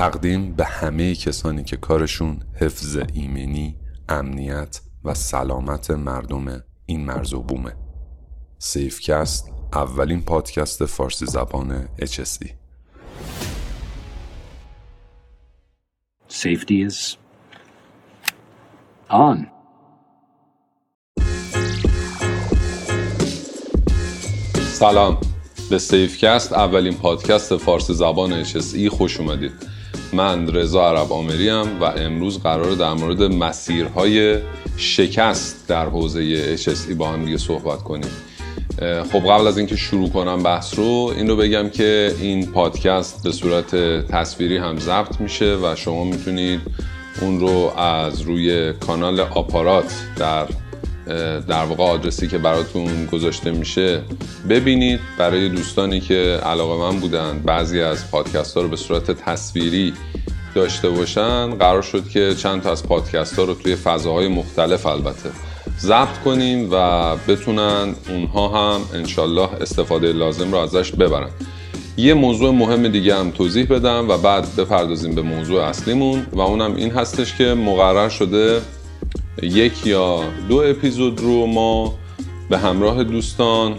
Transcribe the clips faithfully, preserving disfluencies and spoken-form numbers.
تقدیم به همه کسانی که کارشون حفظ ایمنی، امنیت و سلامت مردم این مرز و بومه. سیفکست، اولین پادکست فارسی زبان اچ اس ای. Safety is on. سلام، به سیفکست، اولین پادکست فارسی زبان اچ اس ای خوش اومدید. من رضا عرب آمریم و امروز قراره در مورد مسیرهای شکست در حوزه اچ اس ای با هم دیگه صحبت کنیم. خب قبل از اینکه شروع کنم بحث رو این رو بگم که این پادکست به صورت تصویری هم ضبط میشه و شما میتونید اون رو از روی کانال آپارات در در واقع آدرسی که براتون گذاشته میشه ببینید. برای دوستانی که علاقه‌مند بودن بعضی از پادکست ها رو به صورت تصویری داشته باشن، قرار شد که چند تا از پادکست ها رو توی فضاهای مختلف البته ضبط کنیم و بتونن اونها هم انشالله استفاده لازم رو ازش ببرن. یه موضوع مهم دیگه هم توضیح بدم و بعد بپردازیم به موضوع اصلیمون و اونم این هستش که مقرر شده یک یا دو اپیزود رو ما به همراه دوستان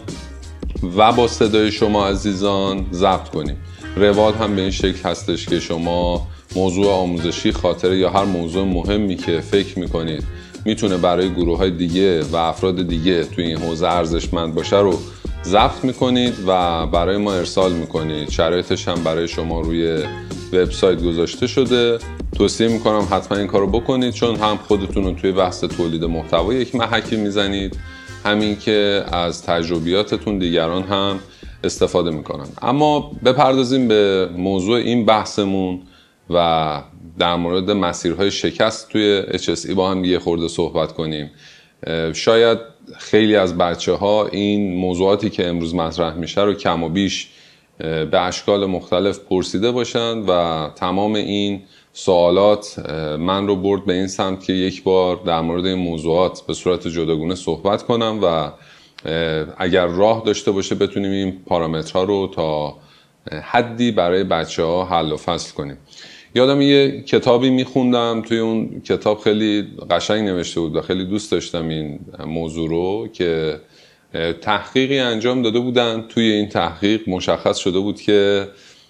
و با صدای شما عزیزان ضبط کنیم. روال هم به این شکل هستش که شما موضوع آموزشی، خاطره یا هر موضوع مهمی که فکر میکنید میتونه برای گروه های دیگه و افراد دیگه توی این حوزه ارزشمند باشه رو ضبط میکنید و برای ما ارسال میکنید. شرایطش هم برای شما روی وبسایت گذاشته شده. توصیه میکنم حتما این کارو بکنید، چون هم خودتون رو توی بحث تولید محتوا یک محکی میزنید، همین که از تجربیاتتون دیگران هم استفاده میکنن. اما بپردازیم به موضوع این بحثمون و در مورد مسیرهای شکست توی اچ اس ای با هم یه خورده صحبت کنیم. شاید خیلی از بچه ها این موضوعاتی که امروز مطرح میشه رو کم و بیش به اشکال مختلف پرسیده باشن و تمام این سوالات من رو برد به این سمت که یک بار در مورد این موضوعات به صورت جداگونه صحبت کنم و اگر راه داشته باشه بتونیم این پارامترها رو تا حدی برای بچه ها حل و فصل کنیم. یادم یه کتابی میخوندم، توی اون کتاب خیلی قشنگ نوشته بود و خیلی دوست داشتم این موضوع رو که تحقیقی انجام داده بودن. توی این تحقیق مشخص شده بود که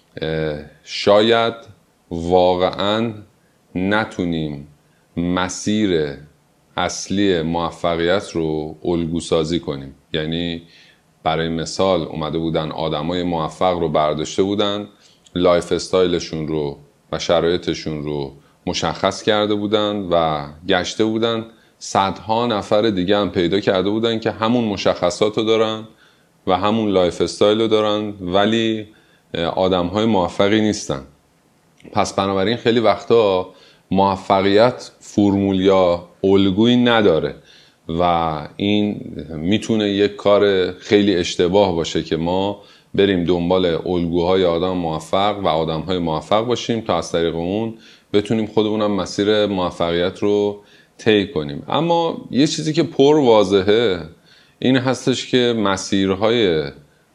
شاید واقعاً نتونیم مسیر اصلی موفقیت رو الگو سازی کنیم. یعنی برای مثال اومده بودن آدمای موفق رو برداشته بودن، لایف استایلشون رو و شرایطشون رو مشخص کرده بودن و گشته بودن صدها نفر دیگه هم پیدا کرده بودن که همون مشخصات رو دارن و همون لایف استایل رو دارن ولی آدم‌های موفقی نیستن. پس بنابراین خیلی وقتا موفقیت فرمول یا الگویی نداره و این میتونه یک کار خیلی اشتباه باشه که ما بریم دنبال الگوهای آدم موفق و آدم‌های موفق باشیم تا از طریق اون بتونیم خودمونم مسیر موفقیت رو طی کنیم. اما یه چیزی که پر واضحه این هستش که مسیرهای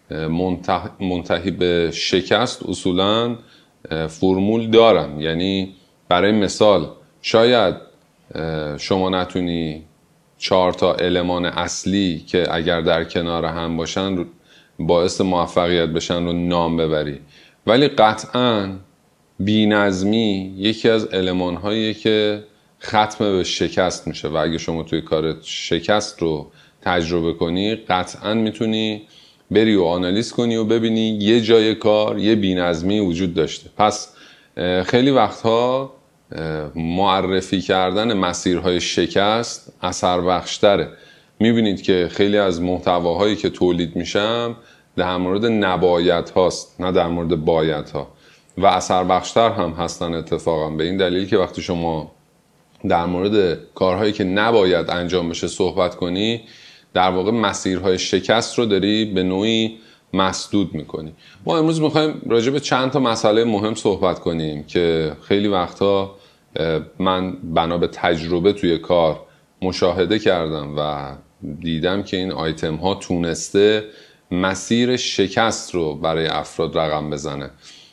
منتهی به شکست اصولاً فرمول دارن. یعنی برای مثال شاید شما نتونی چهار تا المان اصلی که اگر در کنار هم باشن باعث موفقیت بشن رو نام ببری، ولی قطعاً بی‌نظمی یکی از المان‌هایی که ختم به شکست میشه و اگه شما توی کارت شکست رو تجربه کنی قطعاً میتونی بری و آنالیز کنی و ببینی یه جای کار یه بی‌نظمی وجود داشته. پس خیلی وقتها معرفی کردن مسیرهای شکست اثر بخشتره. میبینید که خیلی از محتواهایی که تولید میشن در مورد نباید هاست نه در مورد باید ها و اثر بخشتر هم هستن اتفاقا، به این دلیل که وقتی شما در مورد کارهایی که نباید انجام بشه صحبت کنی در واقع مسیرهای شکست رو داری به نوعی مسدود میکنی. ما امروز میخوایم راجع به چند تا مسئله مهم صحبت کنیم که خیلی وقتا من بنا به تجربه توی کار مشاهده کردم و دیدم که این آیتم ها تونسته مسیر شکست رو برای افراد رقم بزنه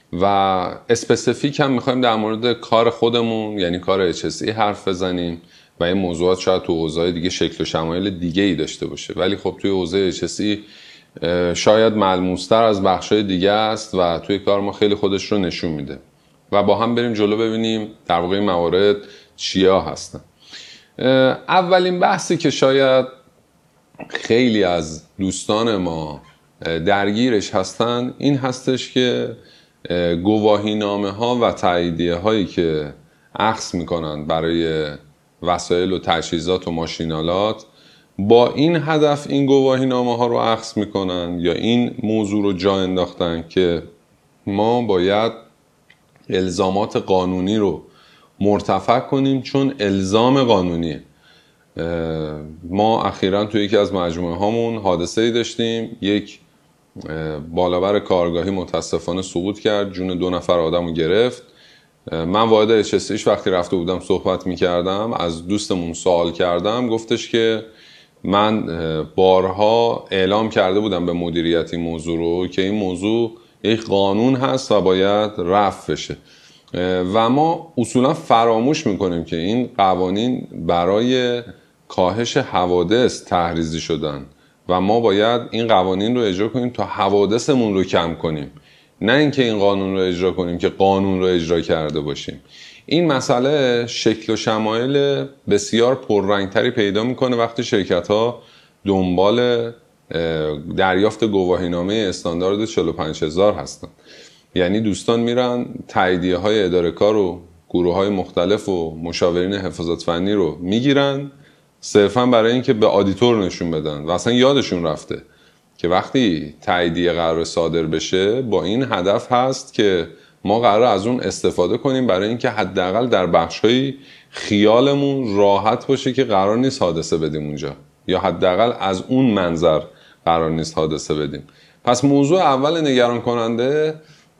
و اسپسیفیک هم میخوایم در مورد کار خودمون یعنی کار اچ اس ای حرف بزنیم و این موضوعات شاید تو حوزه‌های دیگه شکل و شمایل دیگه ای داشته باشه، ولی خب توی حوزه اچ اس ای شاید ملموس‌تر از بخشای دیگه است و توی کار ما خیلی خودش رو نشون میده و با هم بریم جلو ببینیم در واقع این موارد چیا هستن. اولین بحثی که شاید خیلی از دوستان ما درگیرش هستن این هستش که گواهینامه ها و تاییدیه هایی که اخذ میکنن برای وسایل و تجهیزات و ماشینالات با این هدف این گواهینامه ها رو اخذ میکنن یا این موضوع رو جا انداختن که ما باید الزامات قانونی رو مرتفع کنیم چون الزام قانونیه. ما اخیراً توی یکی از مجموعه هامون حادثه ای داشتیم، یک بالابر کارگاهی متاسفانه سقوط کرد، جون دو نفر آدم رو گرفت. من واحد اچ اس ایش وقتی رفته بودم صحبت میکردم از دوستمون سوال کردم، گفتش که من بارها اعلام کرده بودم به مدیریت این موضوع رو که این موضوع یک قانون هست و باید رفع بشه و ما اصولا فراموش میکنیم که این قوانین برای کاهش حوادث تحریزی شدن و ما باید این قوانین رو اجرا کنیم تا حوادثمون رو کم کنیم، نه اینکه این قانون رو اجرا کنیم که قانون رو اجرا کرده باشیم. این مسئله شکل و شمایل بسیار پررنگتری پیدا میکنه وقتی شرکت ها دنبال دریافت گواهینامه استاندارد چهل و پنج هزار هستن. یعنی دوستان میرن تاییدیه های اداره کار و گروه های مختلف و مشاورین حفاظت فنی رو میگیرن صرفا برای اینکه به آدیتور نشون بدن و اصلا یادشون رفته که وقتی تاییدیه قرار صادر بشه با این هدف هست که ما قرار از اون استفاده کنیم برای اینکه حداقل در بخش‌های خیالمون راحت باشه که قرار نیست حادثه بدیم اونجا یا حداقل از اون منظر قرار نیست حادثه بدیم. پس موضوع اول نگران کننده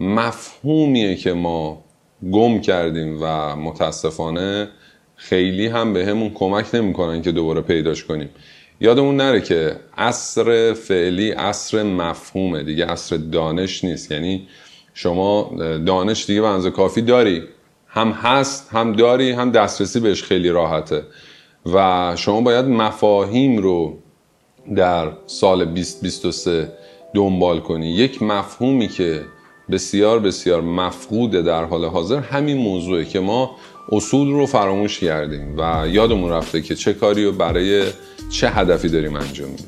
مفهومیه که ما گم کردیم و متاسفانه خیلی هم به همون کمک نمی کنن که دوباره پیداش کنیم. یادمون نره که عصر فعلی عصر مفهومه دیگه، عصر دانش نیست. یعنی شما دانش دیگه به اندازه کافی داری، هم هست هم داری، هم دسترسی بهش خیلی راحته و شما باید مفاهیم رو در سال بیست بیست و سه دنبال کنی. یک مفهومی که بسیار بسیار مفقوده در حال حاضر همین موضوعه که ما اصول رو فراموش کردیم و یادمون رفته که چه کاری رو برای چه هدفی داریم انجام میدیم.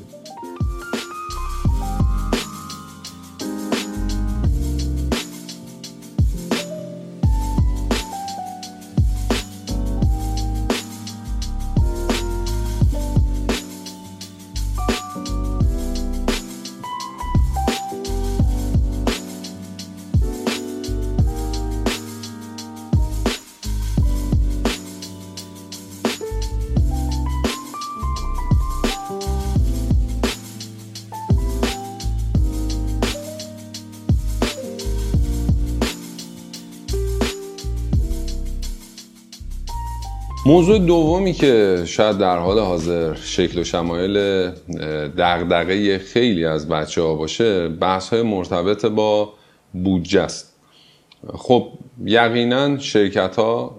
موضوع دومی که شاید در حال حاضر شکل و شمایل دغدغه خیلی از بچه‌ها باشه بحث‌های مرتبط با بودجه است. خب یقینا شرکت‌ها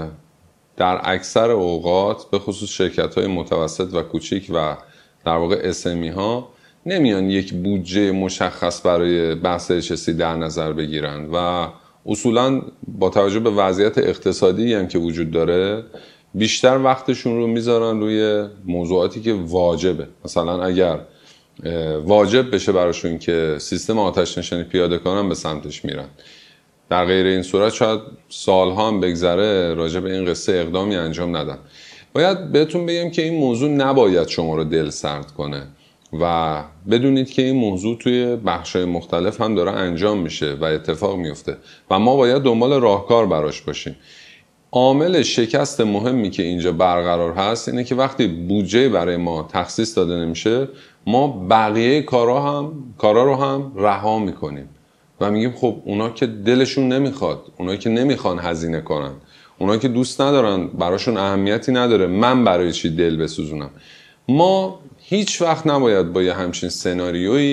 در اکثر اوقات به خصوص شرکت‌های متوسط و کوچیک و در واقع اسمی ها نمیان یک بودجه مشخص برای بحث اچ اس ای در نظر بگیرن و اصولاً با توجه به وضعیت اقتصادی هم که وجود داره بیشتر وقتشون رو میذارن روی موضوعاتی که واجبه. مثلا اگر واجب بشه براشون که سیستم آتش نشانی پیاده کنن به سمتش میرن. در غیر این صورت شاید سالها هم بگذره راجع به این قصه اقدامی انجام ندن. باید بهتون بگم که این موضوع نباید شما رو دل سرد کنه و بدونید که این موضوع توی بخش‌های مختلف هم داره انجام میشه و اتفاق میفته و ما باید دنبال راهکار براش باشیم. عامل شکست مهمی که اینجا برقرار هست اینه که وقتی بودجه برای ما تخصیص داده نمیشه ما بقیه کارا هم کارا رو هم رها میکنیم و میگیم خب اونا که دلشون نمیخواد، اونا که نمیخوان هزینه کنن، اونا که دوست ندارن، براشون اهمیتی نداره، من برای چی دل بسوزونم. ما هیچ وقت نباید با یه همچین سناریویی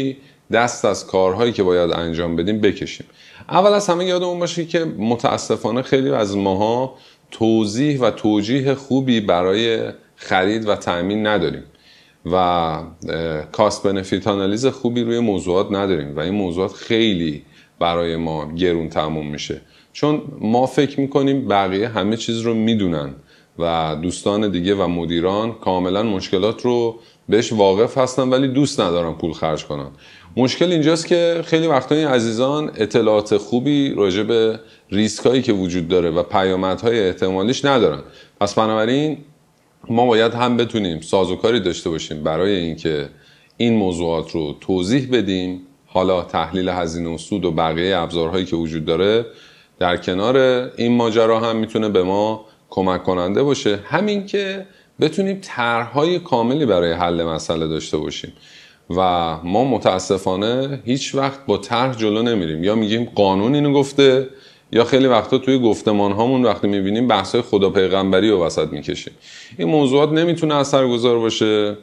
دست از کارهایی که باید انجام بدیم بکشیم. اول از همه یادمون باشه که متاسفانه خیلی از ماها توضیح و توجیه خوبی برای خرید و تأمین نداریم و کاست بنفیت آنالیز خوبی روی موضوعات نداریم و این موضوعات خیلی برای ما گرون تموم میشه، چون ما فکر میکنیم بقیه همه چیز رو میدونن و دوستان دیگه و مدیران کاملا مشکلات رو بهش واقف هستن ولی دوست ندارن پول خرج کنن. مشکل اینجاست که خیلی وقتا این عزیزان اطلاعات خوبی راجع به ریسکایی که وجود داره و پیامدهای احتمالیش ندارن. پس بنابراین ما باید هم بتونیم سازوکاری داشته باشیم برای اینکه این موضوعات رو توضیح بدیم، حالا تحلیل هزینه و سود و بقیه ابزارهایی که وجود داره در کنار این ماجرا هم میتونه به ما کمک کننده باشه، همین که بتونیم طرح‌های کاملی برای حل مسئله داشته باشیم و ما متاسفانه هیچ وقت با طرح جلو نمیریم، یا میگیم قانون اینو گفته یا خیلی وقتا توی گفتمان هامون وقتی میبینیم بحث‌های خدا پیغمبری رو وسط میکشیم. این موضوعات نمیتونه اثرگذار باشه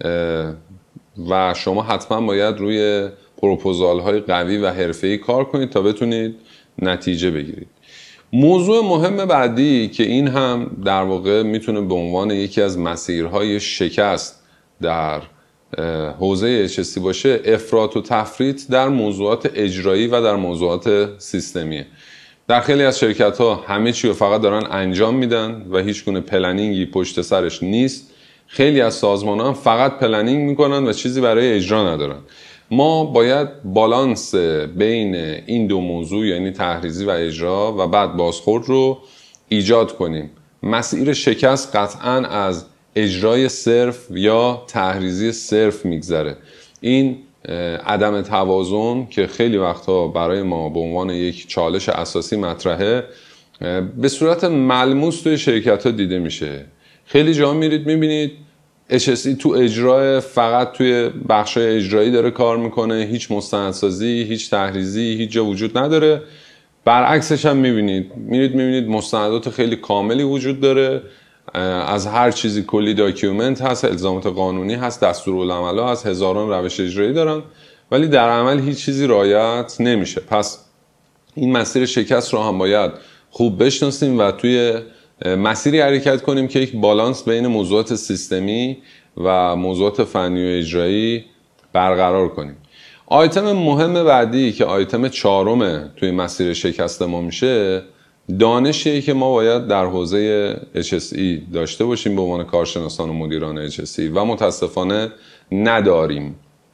و شما حتما باید روی پروپوزال های قوی و حرفه‌ای کار کنید تا بتونید نتیجه بگیرید. موضوع مهم بعدی که این هم در واقع میتونه به عنوان یکی از مسیرهای شکست در حوزه اچ اس سی باشه، افراط و تفریط در موضوعات اجرایی و در موضوعات سیستمیه. در خیلی از شرکت ها همه چی رو فقط دارن انجام میدن و هیچ گونه پلنینگی پشت سرش نیست. خیلی از سازمان ها هم فقط پلنینگ میکنن و چیزی برای اجرا ندارن. ما باید بالانس بین این دو موضوع، یعنی تحریزی و اجرا و بعد بازخورد رو ایجاد کنیم. مسیر شکست قطعاً از اجرای صرف یا تحریزی صرف میگذره. این عدم توازن که خیلی وقتا برای ما به عنوان یک چالش اساسی مطرحه، به صورت ملموس توی شرکت ها دیده میشه. خیلی جا میرید میبینید اچ اس ای تو اجرای فقط توی بخشای اجرایی داره کار میکنه، هیچ مستندسازی، هیچ تحریزی، هیچ جا وجود نداره. برعکسش هم میبینید میرید میبینید مستندات خیلی کاملی وجود داره، از هر چیزی کلی داکیومنت هست، الزامات قانونی هست، دستورالعمل هست، هزاران روش اجرایی دارن ولی در عمل هیچ چیزی رعایت نمیشه. پس این مسیر شکست رو هم باید خوب بشناسیم و توی مسیری حرکت کنیم که یک بالانس بین موضوعات سیستمی و موضوعات فنی و اجرایی برقرار کنیم. آیتم مهم بعدی که آیتم چهارم توی مسیر شکست ما میشه، دانشی که ما باید در حوزه اچ اس ای داشته باشیم به عنوان کارشناسان و مدیران اچ اس ای و متاسفانه نداریم.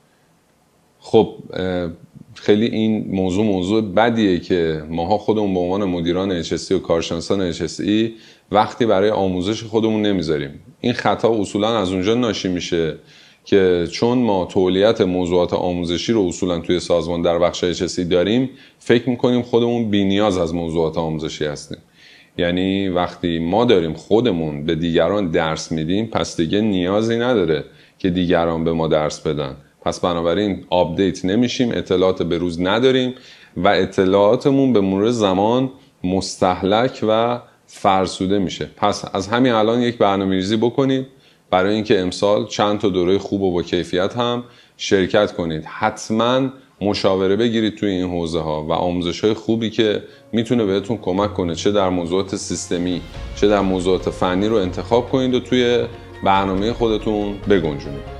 خب خیلی این موضوع موضوع بدیه که ماها خودمون به عنوان مدیران اچ اس ای و کارشناسان اچ اس ای وقتی برای آموزش خودمون نمیذاریم. این خطا اصولا از اونجا ناشی میشه که چون ما تولیت موضوعات آموزشی رو اصولا توی سازمان در بخش اچ اس ای داریم، فکر میکنیم خودمون بی‌نیاز از موضوعات آموزشی هستیم. یعنی وقتی ما داریم خودمون به دیگران درس میدیم، پس دیگه نیازی نداره که دیگران به ما درس بدن. پس بنابراین آپدیت نمیشیم، اطلاعات به روز نداریم و اطلاعاتمون به مرور زمان مستهلک و فرسوده میشه. پس از همین الان یک برنامه‌ریزی بکنید برای اینکه امسال چند تا دوره خوب و با کیفیت هم شرکت کنید. حتما مشاوره بگیرید توی این حوزه ها و آموزش های خوبی که میتونه بهتون کمک کنه، چه در موضوعات سیستمی چه در موضوعات فنی، رو انتخاب کنید و توی برنامه خودتون بگنجونید.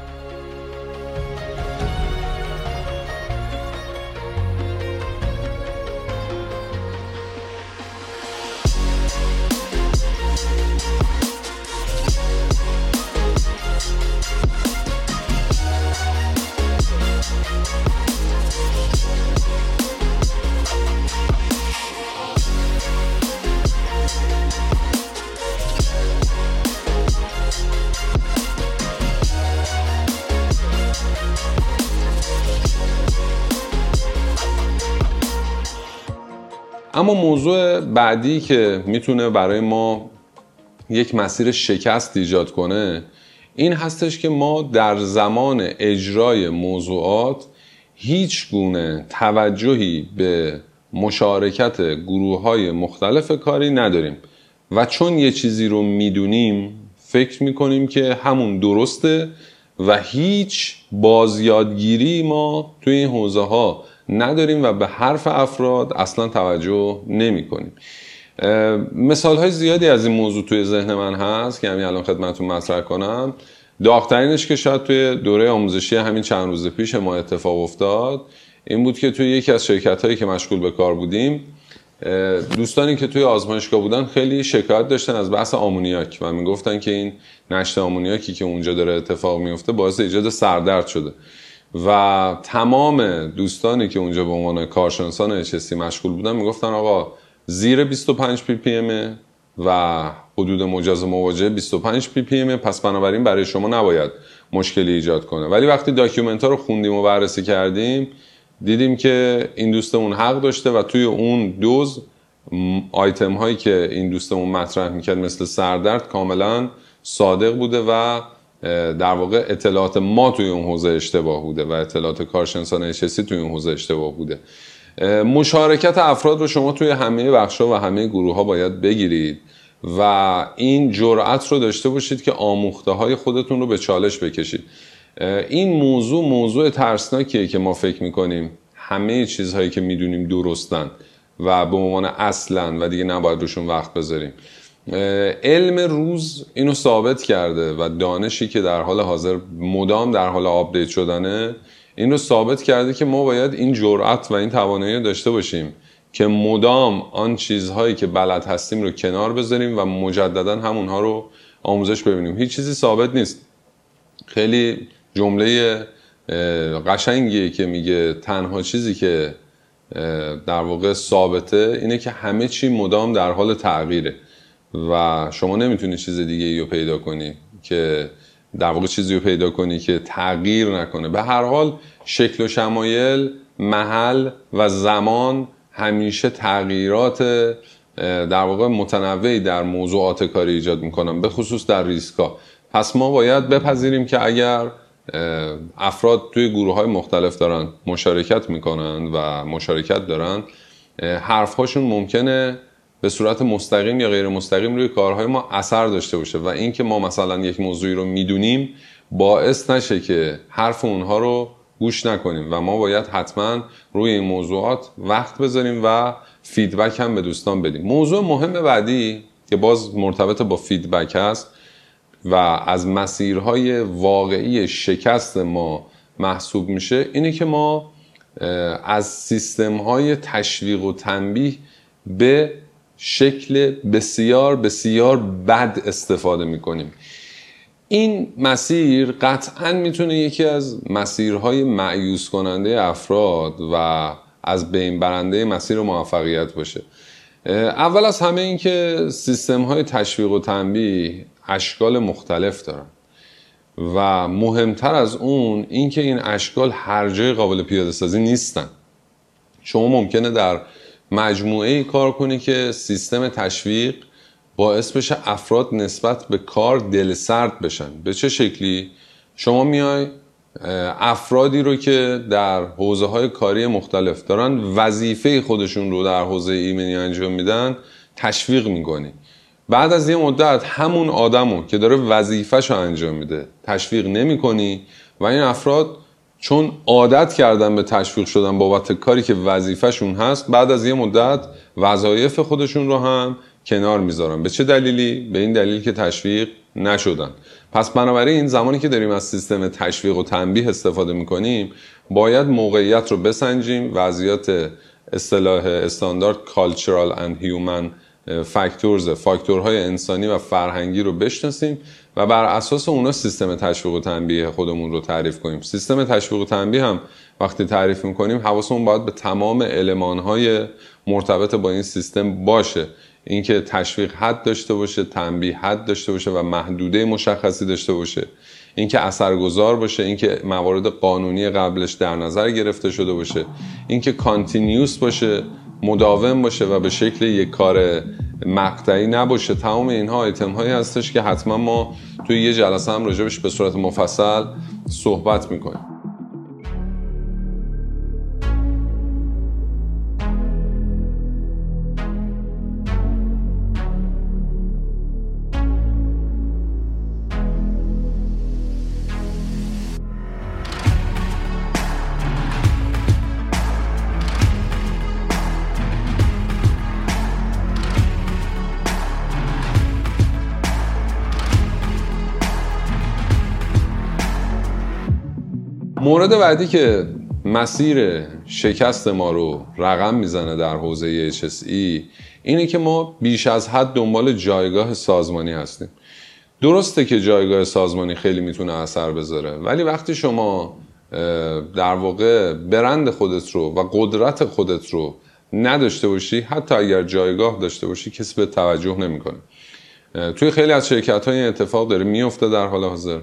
اما موضوع بعدی که میتونه برای ما یک مسیر شکست ایجاد کنه این هستش که ما در زمان اجرای موضوعات هیچ گونه توجهی به مشارکت گروه‌های مختلف کاری نداریم و چون یه چیزی رو میدونیم فکر میکنیم که همون درسته و هیچ بازیادگیری ما توی این حوزه ها نداریم و به حرف افراد اصلا توجه نمی کنیم. مثال های زیادی از این موضوع توی ذهن من هست که همین الان خدمتتون مطرح کنم. داغ‌ترینش که شاید توی دوره آموزشی همین چند روز پیش ما اتفاق افتاد این بود که توی یکی از شرکت هایی که مشغول به کار بودیم، دوستانی که توی آزمایشگاه بودن خیلی شکایت داشتن از بحث آمونیاک و میگفتن که این نشت آمونیاکی که اونجا داره اتفاق میفته باعث ایجاد سردرد شده و تمام دوستانی که اونجا به عنوان کارشناسان اچ اس سی مشغول بودن میگفتن آقا زیر بیست و پنج پی پی ام و حدود مجاز مواجهه بیست و پنج پی پی ام، پس بنابراین برای شما نباید مشکلی ایجاد کنه. ولی وقتی داکیومنت ها رو خوندیم و بررسی کردیم دیدیم که این دوستمون حق داشته و توی اون دوز آیتم هایی که این دوستمون مطرح میکرد مثل سردرد کاملا صادق بوده و در واقع اطلاعات ما توی اون حوزه اشتباه بوده و اطلاعات کارشناسان اچ اس سی توی اون حوزه اشتباه بوده. مشارکت افراد رو شما توی همه بخش‌ها و همه گروه‌ها باید بگیرید و این جرأت رو داشته باشید که آموخته‌های خودتون رو به چالش بکشید. این موضوع موضوع ترسناکیه که ما فکر می‌کنیم همه چیزهایی که می‌دونیم درستن و به عنوان اصلاً و دیگه نباید روشون وقت بذاریم. علم روز اینو ثابت کرده و دانشی که در حال حاضر مدام در حال آپدیت شدنه این رو ثابت کرده که ما باید این جرأت و این توانایی داشته باشیم که مدام آن چیزهایی که بلد هستیم رو کنار بذاریم و مجددا همونها رو آموزش ببینیم. هیچ چیزی ثابت نیست. خیلی جمله قشنگیه که میگه تنها چیزی که در واقع ثابته اینه که همه چی مدام در حال تغییره و شما نمیتونی چیز دیگه رو پیدا کنی که در واقع چیزی رو پیدا کنی که تغییر نکنه. به هر حال شکل و شمایل، محل و زمان همیشه تغییرات در واقع متنوعی در موضوعات کاری ایجاد میکنن، به خصوص در ریسکا. پس ما باید بپذیریم که اگر افراد توی گروه های مختلف دارن مشارکت میکنن و مشارکت دارن، حرفهاشون ممکنه به صورت مستقیم یا غیر مستقیم روی کارهای ما اثر داشته باشه و این که ما مثلا یک موضوعی رو میدونیم باعث نشه که حرف اونها رو گوش نکنیم و ما باید حتما روی این موضوعات وقت بذاریم و فیدبک هم به دوستان بدیم. موضوع مهم بعدی که باز مرتبط با فیدبک هست و از مسیرهای واقعی شکست ما محسوب میشه اینه که ما از سیستم‌های تشویق و تنبیه به شکل بسیار بسیار بد استفاده میکنیم. این مسیر قطعاً میتونه یکی از مسیرهای مایوس کننده افراد و از بین برنده مسیر موفقیت باشه. اول از همه این که سیستم‌های تشویق و تنبیه اشکال مختلف دارن و مهمتر از اون این که این اشکال هر جای قابل پیاده سازی نیستن. شما ممکنه در مجموعه کار کنی که سیستم تشویق باعث بشه افراد نسبت به کار دلسرد بشن. به چه شکلی؟ شما میای افرادی رو که در حوزه‌های کاری مختلف دارن وظیفه خودشون رو در حوزه ایمنی انجام میدن تشویق میکنی. بعد از یه مدت همون آدمو که داره وظیفه‌شو انجام میده تشویق نمی‌کنی و این افراد چون عادت کردن به تشویق شدن بابت کاری که وظیفه‌شون هست بعد از یه مدت وظایف خودشون رو هم کنار میذارن. به چه دلیلی؟ به این دلیل که تشویق نشدن. پس بنابراین زمانی که داریم از سیستم تشویق و تنبیه استفاده میکنیم باید موقعیت رو بسنجیم، وضعیت اصطلاح استاندارد cultural and human فاکتورز، فاکتورهای انسانی و فرهنگی رو بشناسیم و بر اساس اونا سیستم تشویق و تنبیه خودمون رو تعریف کنیم. سیستم تشویق و تنبیه هم وقتی تعریف میکنیم حواسمون باید به تمام المانهای مرتبط با این سیستم باشه. اینکه تشویق حد داشته باشه، تنبیه حد داشته باشه و محدوده مشخصی داشته باشه، اینکه اثرگذار باشه، اینکه موارد قانونی قبلش در نظر گرفته شده باشه، اینکه کانتینیوس باشه، مداوم باشه و به شکل یک کار مقطعی نباشه. تمام اینها آیتم هایی هستش که حتما ما توی یه جلسه هم راجبش به صورت مفصل صحبت میکنیم. مورد بعدی که مسیر شکست ما رو رقم میزنه در حوزه اچ اس ای اینه که ما بیش از حد دنبال جایگاه سازمانی هستیم. درسته که جایگاه سازمانی خیلی میتونه اثر بذاره، ولی وقتی شما در واقع برند خودت رو و قدرت خودت رو نداشته باشی، حتی اگر جایگاه داشته باشی کسی به توجه نمیکنه. توی خیلی از شرکت‌ها این اتفاق داره میفته در حال حاضر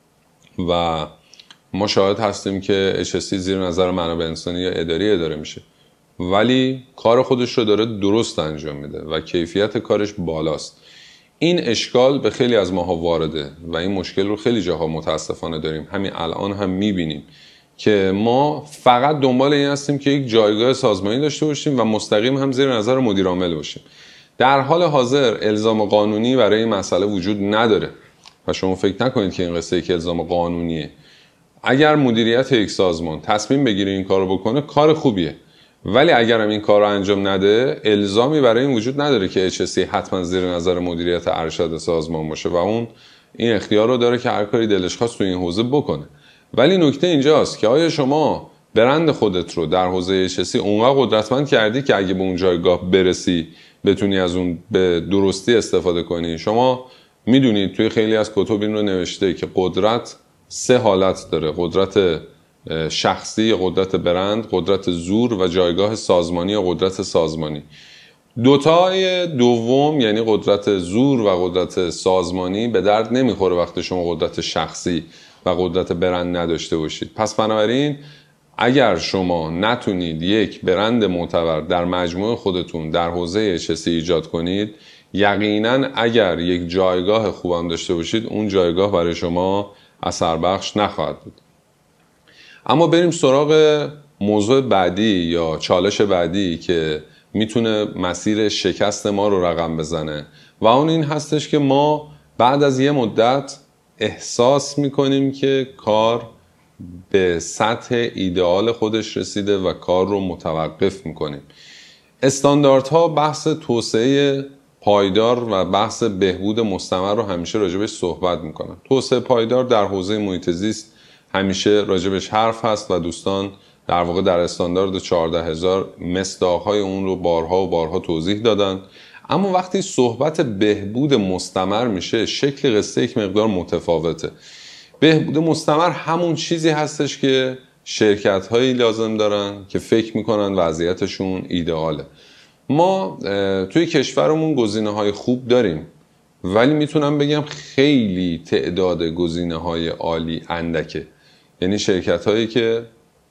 و ما شاهد هستیم که اچ اس ای زیر نظر منابع انسانی یا اداری اداره میشه، ولی کار خودش رو داره درست انجام میده و کیفیت کارش بالاست. این اشکال به خیلی از ماها وارده و این مشکل رو خیلی جاها متاسفانه داریم. همین الان هم میبینیم که ما فقط دنبال این هستیم که یک جایگاه سازمانی داشته باشیم و مستقیم هم زیر نظر مدیر عامل باشیم. در حال حاضر الزام قانونی برای این مسئله وجود نداره و شما فکر نکنید که این قصه یک الزام قانونیه. اگر مدیریت یک سازمان تصمیم بگیره این کارو بکنه کار خوبیه، ولی اگر هم این کار رو انجام نده الزامی برای این وجود نداره که اچ اس ای حتما زیر نظر مدیریت ارشد سازمان باشه و اون این اختیار رو داره که هر کاری دلش خواست تو این حوزه بکنه. ولی نکته اینجاست که آیا شما برند خودت رو در حوزه اچ اس ای اونقدر قدرتمند کردی که اگه به اون جایگاه برسی بتونی از اون به درستی استفاده کنی؟ شما میدونید توی خیلی از کتب این رو نوشته که قدرت سه حالت داره: قدرت شخصی، قدرت برند، قدرت زور و جایگاه سازمانی یا قدرت سازمانی. دوتای دوم یعنی قدرت زور و قدرت سازمانی به درد نمیخوره وقتی شما قدرت شخصی و قدرت برند نداشته باشید. پس بنابراین اگر شما نتونید یک برند معتبر در مجموعه خودتون در حوزه اچ اس ای ایجاد کنید، یقینا اگر یک جایگاه خوبم داشته باشید اون جایگاه برای شما اثر بخش نخواهد بود. اما بریم سراغ موضوع بعدی یا چالش بعدی که میتونه مسیر شکست ما رو رقم بزنه و اون این هستش که ما بعد از یه مدت احساس میکنیم که کار به سطح ایدئال خودش رسیده و کار رو متوقف میکنیم. استانداردها بحث توسعه پایدار و بحث بهبود مستمر رو همیشه راجبش صحبت میکنن. توسعه پایدار در حوزه محیط زیست همیشه راجبش حرف هست و دوستان در واقع در استاندارد چهارده هزار مصداق‌های اون رو بارها و بارها توضیح دادن. اما وقتی صحبت بهبود مستمر میشه شکل قصه یک مقدار متفاوته. بهبود مستمر همون چیزی هستش که شرکت‌هایی لازم دارن که فکر میکنن وضعیتشون ایدئاله. ما توی کشورمون گزینه‌های خوب داریم، ولی میتونم بگم خیلی تعداد گزینه‌های عالی اندکه. یعنی شرکت‌هایی که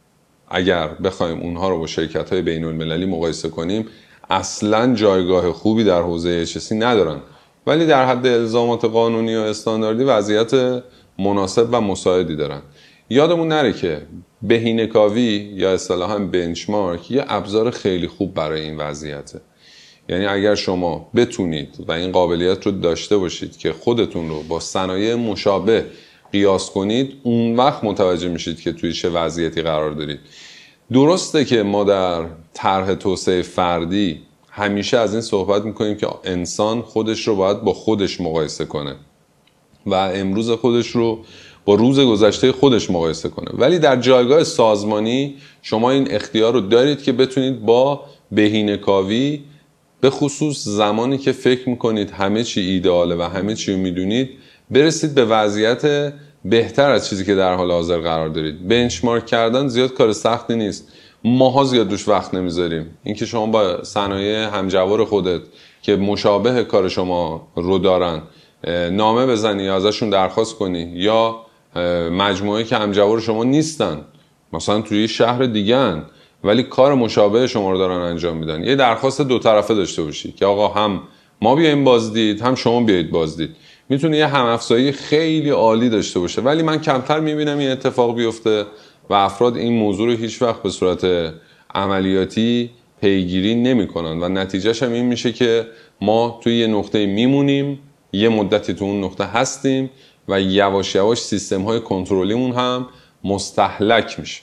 اگر بخوایم اونها رو با شرکت‌های بین‌المللی مقایسه کنیم اصلاً جایگاه خوبی در حوزه اچ اس ای ندارن، ولی در حد الزامات قانونی و استانداردی وضعیت مناسب و مساعدی دارن. یادمون نره که بهینه‌کاوی یا اصطلاحاً بنچمارک یه ابزار خیلی خوب برای این وضعیته. یعنی اگر شما بتونید و این قابلیت رو داشته باشید که خودتون رو با صنایع مشابه قیاس کنید، اون وقت متوجه میشید که توی چه وضعیتی قرار دارید. درسته که ما در طرح توسعه فردی همیشه از این صحبت میکنیم که انسان خودش رو باید با خودش مقایسه کنه و امروز خودش رو با روز گذشته خودش مقایسه کنه، ولی در جایگاه سازمانی شما این اختیار رو دارید که بتونید با بهینه‌کاوی، به خصوص زمانی که فکر میکنید همه چی ایدئاله و همه چی رو میدونید، برسید به وضعیت بهتر از چیزی که در حال حاضر قرار دارید. بنچمارک کردن زیاد کار سختی نیست، ماها زیاد روش وقت نمیذاریم. اینکه شما با صنایع همجوار خودت که مشابه کار شما رو دارن نامه بزنی یا ازشون درخواست کنی، یا مجموعه که همجوار شما نیستن مثلا توی شهر دیگه‌ان ولی کار مشابه شما رو دارن انجام میدن، یه درخواست دو طرفه داشته باشید که آقا هم ما بیایم بازدید هم شما بیایید بازدید. میتونه یه هم‌افزایی خیلی عالی داشته باشه، ولی من کمتر میبینم این اتفاق بیفته و افراد این موضوع رو هیچ وقت به صورت عملیاتی پیگیری نمی‌کنن و نتیجهش هم این میشه که ما توی یه نقطه میمونیم، یه مدتی تو اون نقطه هستیم و یواش یواش سیستم‌های کنترلیمون هم مستهلک میشه.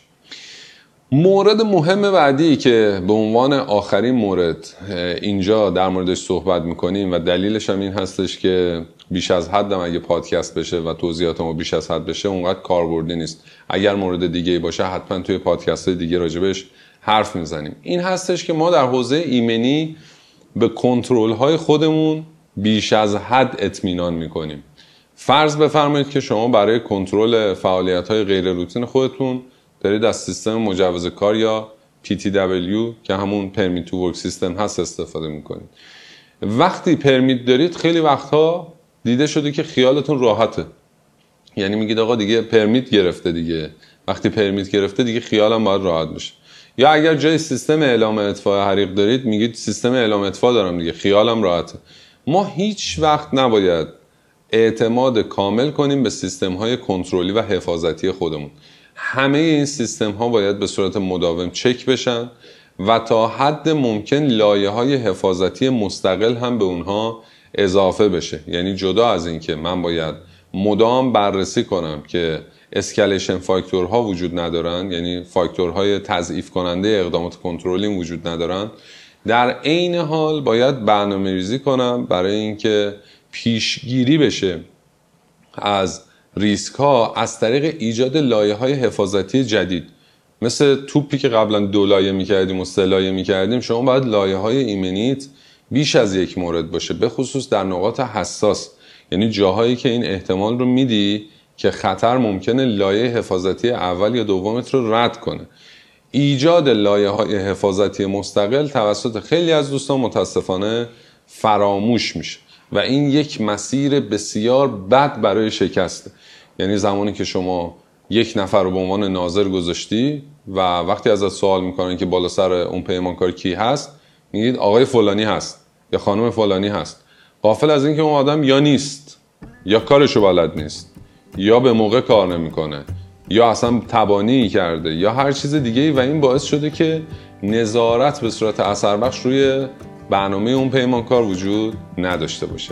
مورد مهم بعدی که به عنوان آخرین مورد اینجا در موردش صحبت میکنیم و دلیلش هم این هستش که بیش از حدم اگه پادکست بشه و توضیحات ما بیش از حد بشه اونقدر کاربردی نیست. اگر مورد دیگه باشه حتما توی پادکست دیگه راجبش حرف میزنیم. این هستش که ما در حوزه ایمنی به کنترل های خودمون بیش از حد اطمینان میکنیم. فرض بفرمایید که شما برای کنترل فعالیت های غیر روتین خودتون دارید از سیستم مجوز کار یا پی تی دبلیو که همون پرمیت تو ورک سیستم هست استفاده میکنید. وقتی پرمیت دارید خیلی وقتها دیده شده که خیالتون راحته، یعنی میگید آقا دیگه پرمیت گرفته، دیگه وقتی پرمیت گرفته دیگه خیالم باید راحت بشه. یا اگر جای سیستم اعلام اطفاء حریق دارید میگید سیستم اعلام اطفاء دارم دیگه خیالم راحته. ما هیچ وقت نباید اعتماد کامل کنیم به سیستم های کنترلی و حفاظتی خودمون. همه این سیستم ها باید به صورت مداوم چک بشن و تا حد ممکن لایه های حفاظتی مستقل هم به اونها اضافه بشه. یعنی جدا از این که من باید مدام بررسی کنم که اسکلیشن فاکتورها وجود ندارن، یعنی فاکتورهای تضعیف کننده اقدامات کنترلی وجود ندارن، در عین حال باید برنامه‌ریزی کنم برای اینکه پیشگیری بشه از ریسک ها از طریق ایجاد لایه های حفاظتی جدید. مثل توپی که قبلا دو لایه میکردیم و سه لایه میکردیم، شما باید لایه های ایمنیت بیش از یک مورد باشه، به خصوص در نقاط حساس، یعنی جاهایی که این احتمال رو میدی که خطر ممکنه لایه حفاظتی اول یا دومت رو رد کنه. ایجاد لایه های حفاظتی مستقل توسط خیلی از دوستان متاسفانه فراموش میشه و این یک مسیر بسیار بد برای شکسته. یعنی زمانی که شما یک نفر رو به عنوان ناظر گذاشتی و وقتی ازت سوال میکنن که بالا سر اون پیمانکار کی هست، میگید آقای فلانی هست یا خانم فلانی هست، غافل از این که اون آدم یا نیست یا کارشو بلد نیست یا به موقع کار نمیکنه یا اصلا تبانی کرده یا هر چیز دیگه‌ای و این باعث شده که نظارت به صورت اثربخش روی برنامه اون پیمانکار وجود نداشته باشه.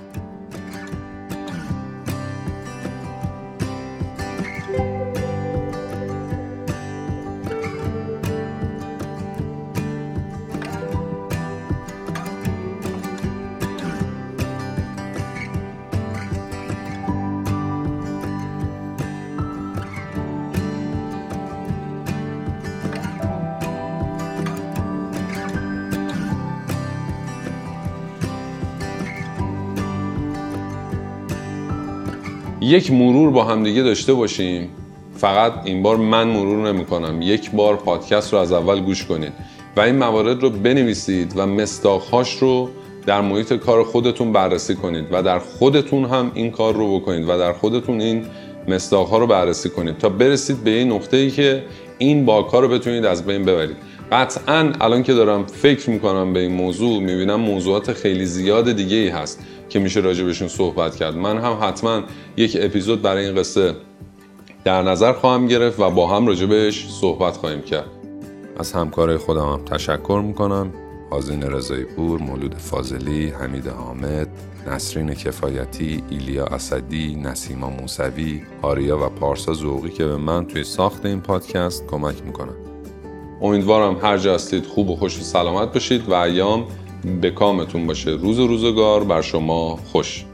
یک مرور با هم دیگه داشته باشیم. فقط این بار من مرور نمی کنم، یک بار پادکست رو از اول گوش کنید و این موارد رو بنویسید و مصداق‌هاش رو در محیط کار خودتون بررسی کنید و در خودتون هم این کار رو بکنید و در خودتون این مصداق‌ها رو بررسی کنید تا برسید به این نقطه‌ای که این باگ‌ها رو بتونید از بین ببرید. قطعاً الان که دارم فکر میکنم به این موضوع میبینم موضوعات خیلی زیاد دیگه ای هست که میشه راجع بهشون صحبت کرد. من هم حتما یک اپیزود برای این قصه در نظر خواهم گرفت و با هم راجع بهش صحبت خواهیم کرد. از همکارای خودم هم تشکر میکنم. آذین رضایی پور، مولود فاضلی، حمید حامد، نسرین کفایتی، ایلیا اسدی، نسیما موسوی، آریا و پارسا ذوقی که به من توی ساخت این پادکست کمک میکنن. امیدوارم هر جا هستید خوب و خوش و سلامت باشید و ایام به کامتون باشه. روز و روزگار بر شما خوش.